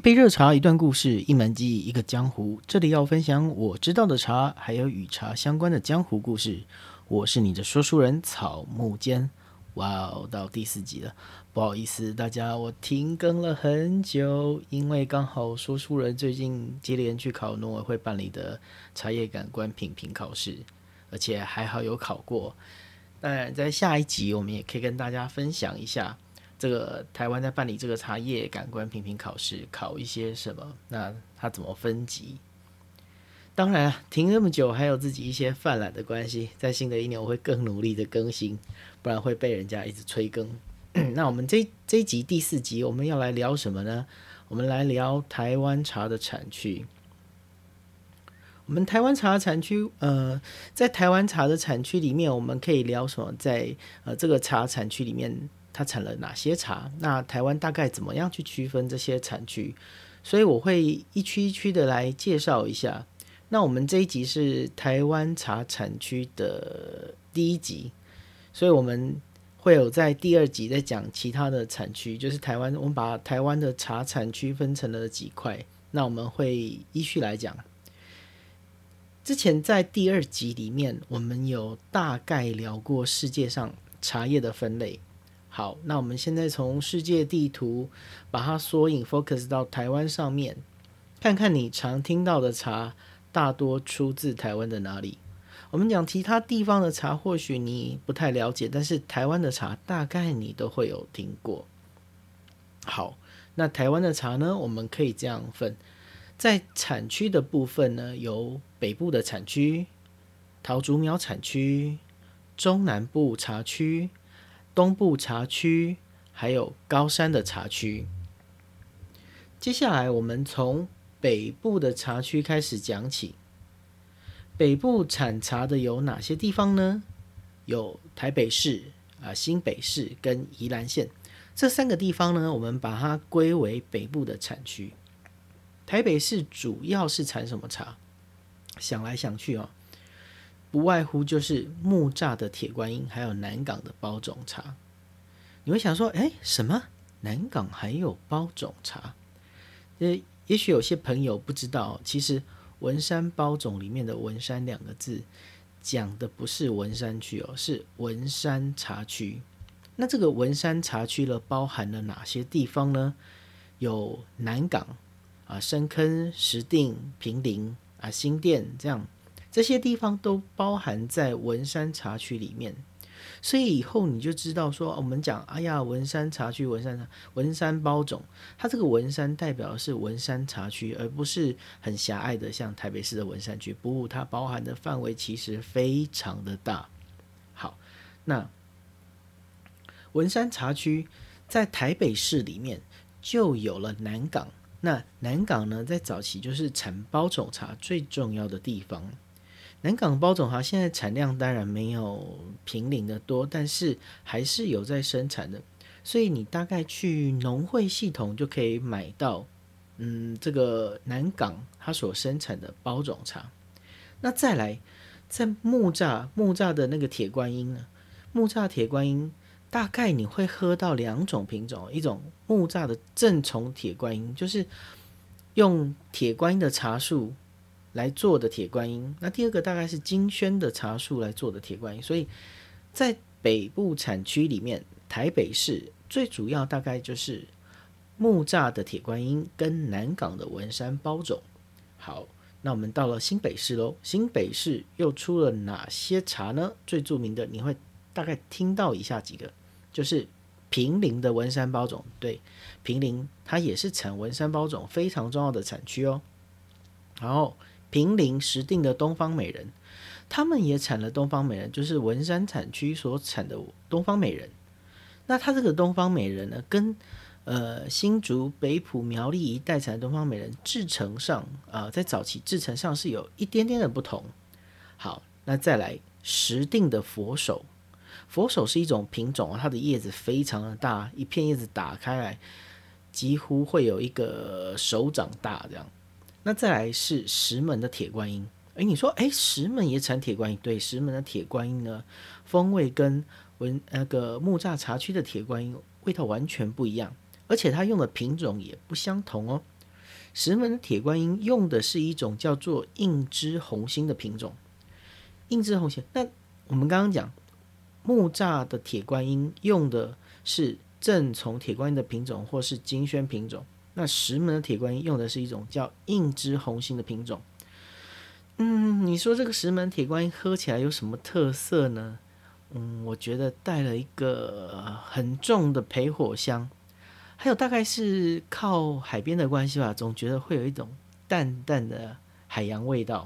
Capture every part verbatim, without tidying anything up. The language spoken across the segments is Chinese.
杯热茶，一段故事，一门技艺，一个江湖。这里要分享我知道的茶，还有与茶相关的江湖故事。我是你的说书人草木间。哇哦，到第四集了，不好意思大家，我停更了很久，因为刚好说书人最近接连去考农委会办理的茶叶感官品评考试，而且还好有考过。当然，在下一集我们也可以跟大家分享一下。这个台湾在办理这个茶叶感官评评考试，考一些什么？那它怎么分级？当然啊，停那么久还有自己一些犯懒的关系，在新的一年我会更努力的更新，不然会被人家一直催更。那我们这这一集第四集我们要来聊什么呢？我们来聊台湾茶的产区。我们台湾茶的产区，呃，在台湾茶的产区里面，我们可以聊什么？在呃这个茶产区里面。它产了哪些茶？那台湾大概怎么样去区分这些产区？所以我会一区一区的来介绍一下。那我们这一集是台湾茶产区的第一集，所以我们会有在第二集再讲其他的产区，就是台湾，我们把台湾的茶产区分成了几块，那我们会依序来讲。之前在第二集里面，我们有大概聊过世界上茶叶的分类。好，那我们现在从世界地图把它缩影 focus 到台湾上面，看看你常听到的茶大多出自台湾的哪里。我们讲其他地方的茶或许你不太了解，但是台湾的茶大概你都会有听过。好，那台湾的茶呢，我们可以这样分，在产区的部分呢，有北部的产区、桃竹苗产区、中南部茶区、东部茶区，还有高山的茶区。接下来我们从北部的茶区开始讲起。北部产茶的有哪些地方呢？有台北市、啊、新北市跟宜兰县这三个地方呢，我们把它归为北部的产区。台北市主要是产什么茶？想来想去哦，不外乎就是木栅的铁观音，还有南港的包种茶。你会想说，哎，什么？南港还有包种茶？也许有些朋友不知道，其实文山包种里面的文山两个字，讲的不是文山区哦，是文山茶区。那这个文山茶区了，包含了哪些地方呢？有南港啊、深坑、石碇、坪林啊、新店这样。这些地方都包含在文山茶区里面，所以以后你就知道说，我们讲，哎呀，文山茶区、文山文山包种，它这个文山代表的是文山茶区，而不是很狭隘的像台北市的文山区。不，它包含的范围其实非常的大。好，那文山茶区在台北市里面就有了南港。那南港呢，在早期就是产包种茶最重要的地方。南港包种茶现在产量当然没有坪林的多，但是还是有在生产的，所以你大概去农会系统就可以买到，嗯，这个南港它所生产的包种茶。那再来，在木栅木栅的那个铁观音呢，木栅铁观音大概你会喝到两种品种，一种木栅的正丛铁观音，就是用铁观音的茶树来做的铁观音，那第二个大概是金萱的茶树来做的铁观音。所以在北部产区里面，台北市最主要大概就是木栅的铁观音跟南港的文山包种。好，那我们到了新北市咯，新北市又出了哪些茶呢？最著名的你会大概听到以下几个，就是坪林的文山包种。对，坪林它也是产文山包种非常重要的产区哦。然后坪林石碇的东方美人，他们也产了东方美人，就是文山产区所产的东方美人。那它这个东方美人呢，跟呃新竹、北埔、苗栗一带产的东方美人制成上，呃，在早期制成上是有一点点的不同。好，那再来石碇的佛手，佛手是一种品种，它的叶子非常的大，一片叶子打开来，几乎会有一个手掌大这样。那再来是石门的铁观音。哎，你说，哎，石门也产铁观音？对，石门的铁观音呢，风味跟文那个木栅茶区的铁观音味道完全不一样，而且它用的品种也不相同哦。 石门的铁观音用的是一种叫做硬枝红心的品种。硬枝红心，那我们刚刚讲木栅的铁观音用的是正从铁观音的品种或是金萱品种，那石门的铁观音用的是一种叫硬枝红心的品种。嗯，你说这个石门铁观音喝起来有什么特色呢？嗯，我觉得带了一个很重的焙火香，还有大概是靠海边的关系吧，总觉得会有一种淡淡的海洋味道。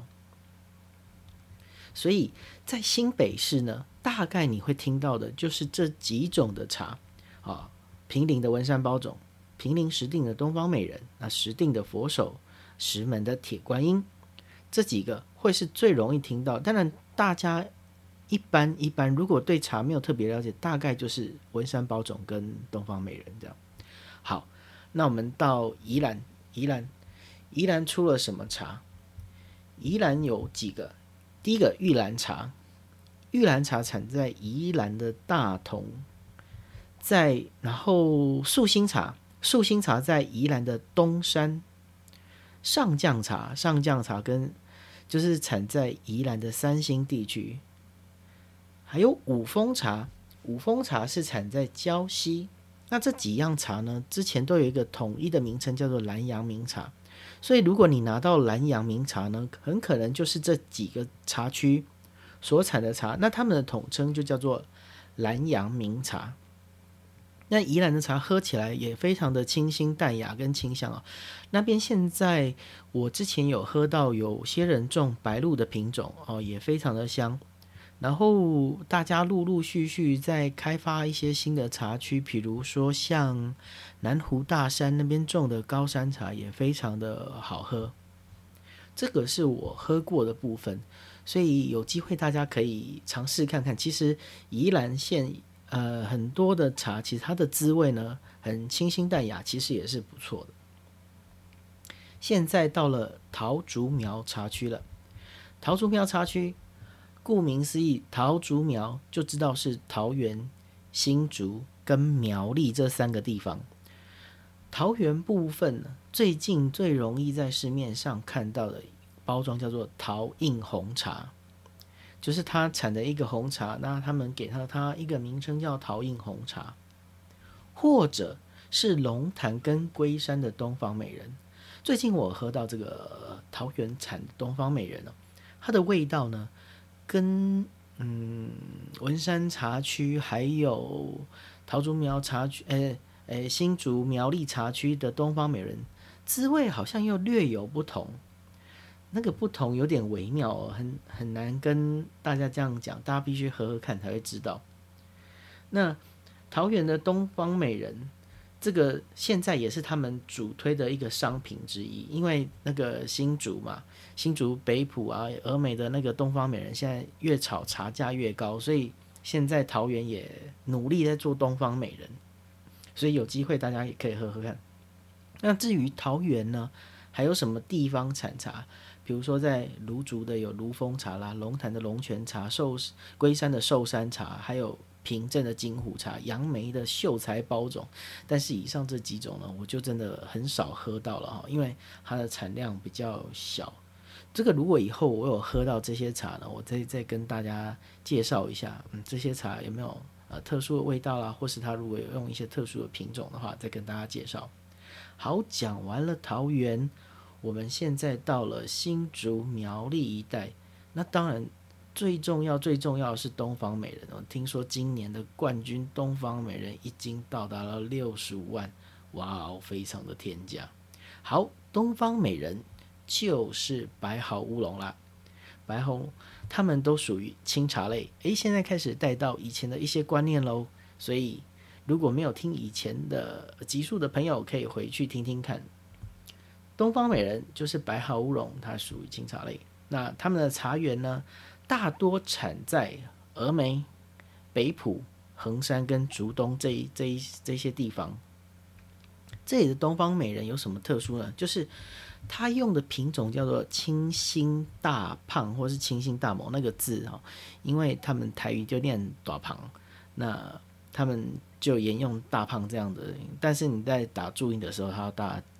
所以在新北市呢，大概你会听到的就是这几种的茶啊，坪林的文山包种，坪林石碇的东方美人，那石碇的佛手，石门的铁观音，这几个会是最容易听到。当然，大家一般一般，如果对茶没有特别了解，大概就是文山包种跟东方美人这样。好，那我们到宜兰，宜兰，宜兰出了什么茶？宜兰有几个？第一个玉兰茶，玉兰茶产在宜兰的大同，在然后素心茶，素心茶在宜兰的东山，上将茶，上将茶跟就是产在宜兰的三星地区，还有五峰茶，五峰茶是产在礁溪。那这几样茶呢，之前都有一个统一的名称，叫做南洋名茶。所以如果你拿到南洋名茶呢，很可能就是这几个茶区所产的茶，那他们的统称就叫做南洋名茶。那宜兰的茶喝起来也非常的清新淡雅跟清香哦。那边现在我之前有喝到有些人种白鹭的品种哦，也非常的香。然后大家陆陆续续在开发一些新的茶区，比如说像南湖大山那边种的高山茶也非常的好喝。这个是我喝过的部分，所以有机会大家可以尝试看看。其实宜兰县呃很多的茶，其实它的滋味呢很清新淡雅，其实也是不错的。现在到了桃竹苗茶区了，桃竹苗茶区。顾名思义，桃竹苗就知道是桃园、新竹跟苗栗这三个地方。桃园部分呢，最近最容易在市面上看到的包装叫做桃印红茶，就是它产的一个红茶，那他们给它它一个名称叫桃印红茶，或者是龙潭跟龟山的东方美人。最近我喝到这个桃园产的东方美人哦，它的味道呢。跟嗯文山茶区还有桃竹苗茶区，诶诶新竹苗栗茶区的东方美人，滋味好像又略有不同。那个不同有点微妙哦，很很难跟大家这样讲，大家必须喝喝看才会知道。那桃园的东方美人，这个现在也是他们主推的一个商品之一，因为那个新竹嘛。新竹北埔啊，峨眉的那个东方美人，现在越炒茶价越高，所以现在桃园也努力在做东方美人，所以有机会大家也可以喝喝看。那至于桃园呢，还有什么地方产茶？比如说在芦竹的有芦峰茶啦，龙潭的龙泉茶，寿龟山的寿山茶，还有平镇的金湖茶，杨梅的秀才包种。但是以上这几种呢，我就真的很少喝到了哈，因为它的产量比较小。这个如果以后我有喝到这些茶呢，我再再跟大家介绍一下，嗯，这些茶有没有呃特殊的味道啦，或是它如果有用一些特殊的品种的话，再跟大家介绍。好，讲完了桃园，我们现在到了新竹苗栗一带，那当然最重要最重要的是东方美人哦。听说今年的冠军东方美人一斤到达了六十五万，哇哦，非常的天价。好，东方美人。就是白毫乌龙啦，白毫他们都属于清茶类，诶，现在开始带到以前的一些观念咯，所以如果没有听以前的集数的朋友，可以回去听听看。东方美人就是白毫乌龙，它属于清茶类。那他们的茶园呢，大多产在峨眉、北埔、横山跟竹东这一这一这些地方。这里的东方美人有什么特殊呢？就是它用的品种叫做清新大胖或是清新大某那个字哈，因为他们台语就念大胖，那他们就沿用大胖这样的，但是你在打注音的时候，它要打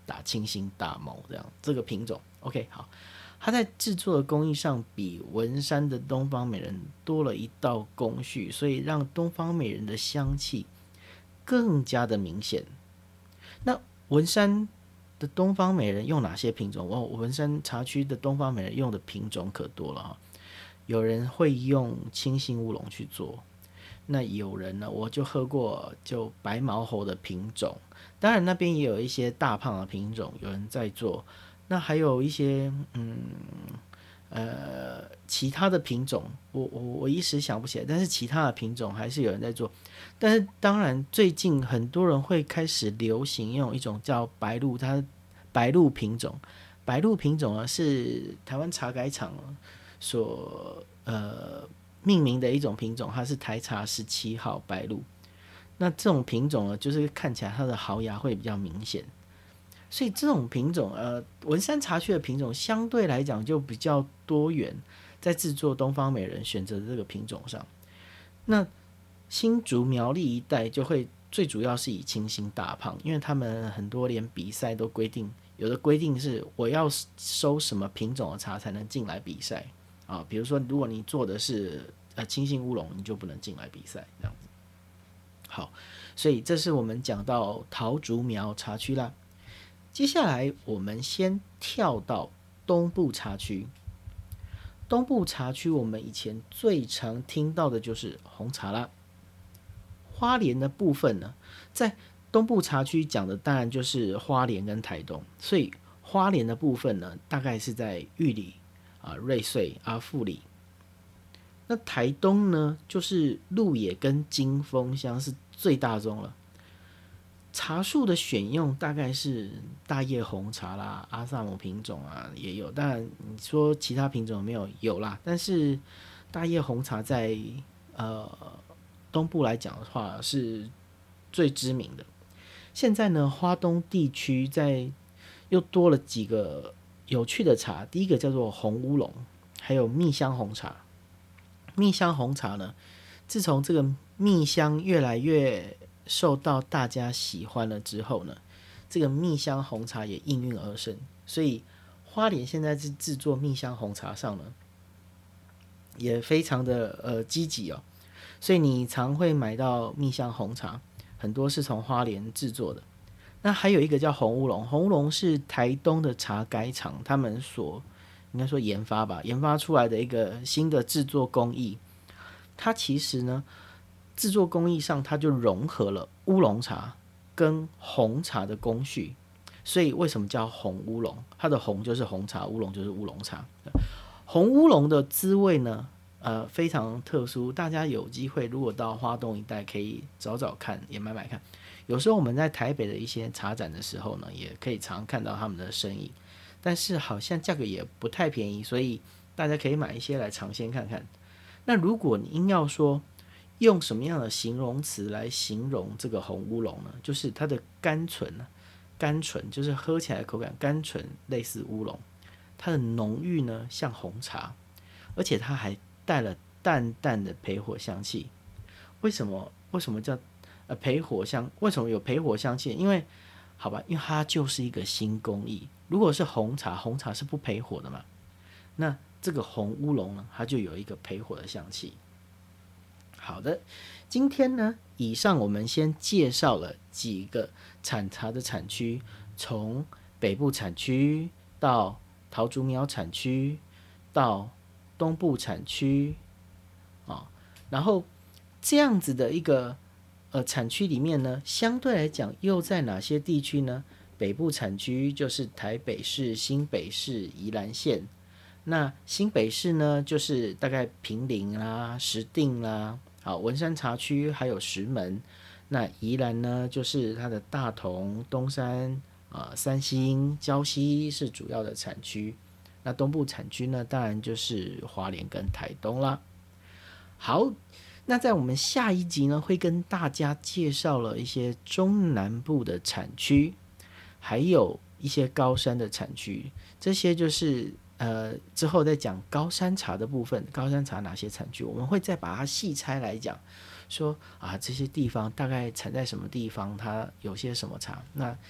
打清新大谋这样。这个品种 OK 好，它在制作的工艺上比文山的东方美人多了一道工序，所以让东方美人的香气更加的明显。那文山的东方美人用哪些品种？哦，文山茶区的东方美人用的品种可多了哈。有人会用清新乌龙去做，那有人呢，我就喝过就白毛猴的品种，当然那边也有一些大胖的品种有人在做，那还有一些嗯呃其他的品种，我我我一时想不起来，但是其他的品种还是有人在做。但是当然最近很多人会开始流行用一种叫白鹿，它白鹿品种，白鹿品种呢是台湾茶改厂所呃命名的一种品种，它是台茶十七号白鹿。那这种品种呢，就是看起来它的毫芽会比较明显，所以这种品种呃文山茶区的品种相对来讲就比较多元，在制作东方美人选择的这个品种上。那新竹苗栗一带就会最主要是以清新大胖，因为他们很多连比赛都规定，有的规定是我要收什么品种的茶才能进来比赛啊，比如说如果你做的是呃清新乌龙，你就不能进来比赛这样子。好，所以这是我们讲到桃竹苗茶区啦。接下来我们先跳到东部茶区。东部茶区我们以前最常听到的就是红茶啦。花莲的部分呢，在东部茶区讲的当然就是花莲跟台东，所以花莲的部分呢，大概是在玉里啊、瑞穗啊、富里。那台东呢，就是鹿野跟金峰乡是最大宗了。茶树的选用大概是大叶红茶啦、阿萨姆品种啊也有，当然你说其他品种有没有有啦，但是大叶红茶在呃东部来讲的话是最知名的。现在呢，花东地区在又多了几个有趣的茶，第一个叫做红乌龙，还有蜜香红茶。蜜香红茶呢，自从这个蜜香越来越受到大家喜欢了之后呢，这个蜜香红茶也应运而生，所以花莲现在是制作蜜香红茶上呢，也非常的呃积极哦。所以你常会买到蜜香红茶，很多是从花莲制作的。那还有一个叫红乌龙，红乌龙是台东的茶改厂他们所应该说研发吧，研发出来的一个新的制作工艺。它其实呢，制作工艺上它就融合了乌龙茶跟红茶的工序，所以为什么叫红乌龙？它的红就是红茶，乌龙就是乌龙茶。红乌龙的滋味呢？呃，非常特殊，大家有机会如果到花东一带可以找找看，也买买看。有时候我们在台北的一些茶展的时候呢，也可以常看到他们的身影，但是好像价格也不太便宜，所以大家可以买一些来尝鲜看看。那如果你硬要说用什么样的形容词来形容这个红乌龙呢？就是它的甘醇，甘醇就是喝起来的口感甘醇，类似乌龙，它的浓郁呢像红茶，而且它还带了淡淡的焙火香气。为什么？为什么叫呃焙火香？为什么有焙火香气？因为好吧，因为它就是一个新工艺。如果是红茶，红茶是不焙火的嘛，那这个红乌龙呢，它就有一个焙火的香气。好的，今天呢，以上我们先介绍了几个产茶的产区，从北部产区到桃竹苗产区，到东部产区啊，然后这样子的一个呃产区里面呢，相对来讲又在哪些地区呢？北部产区就是台北市、新北市、宜兰县。那新北市呢，就是大概坪林啦、石碇啦，好文山茶区还有石门。那宜兰呢，就是它的大同、东山、呃三星、礁溪是主要的产区。那东部产区呢，当然就是花莲跟台东啦。好，那在我们下一集呢，会跟大家介绍了一些中南部的产区，还有一些高山的产区。这些就是呃之后再讲高山茶的部分，高山茶哪些产区，我们会再把它细拆来讲，说啊这些地方大概产在什么地方，它有些什么茶。那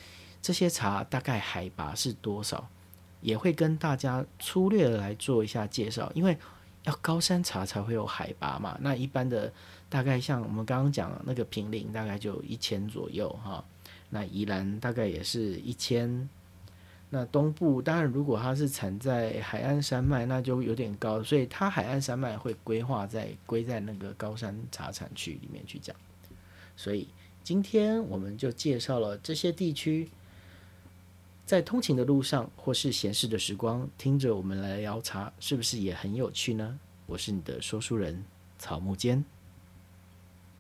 这些茶大概海拔是多少，也会跟大家粗略的来做一下介绍。因为要高山茶才会有海拔嘛，那一般的大概像我们刚刚讲的那个坪林大概就一千左右哈，那宜兰大概也是一千。那东部当然如果它是产在海岸山脉那就有点高，所以它海岸山脉会规划在归在那个高山茶产区里面去讲。所以今天我们就介绍了这些地区，在通勤的路上或是闲适的时光，听着我们来聊茶，是不是也很有趣呢？我是你的说书人草木间。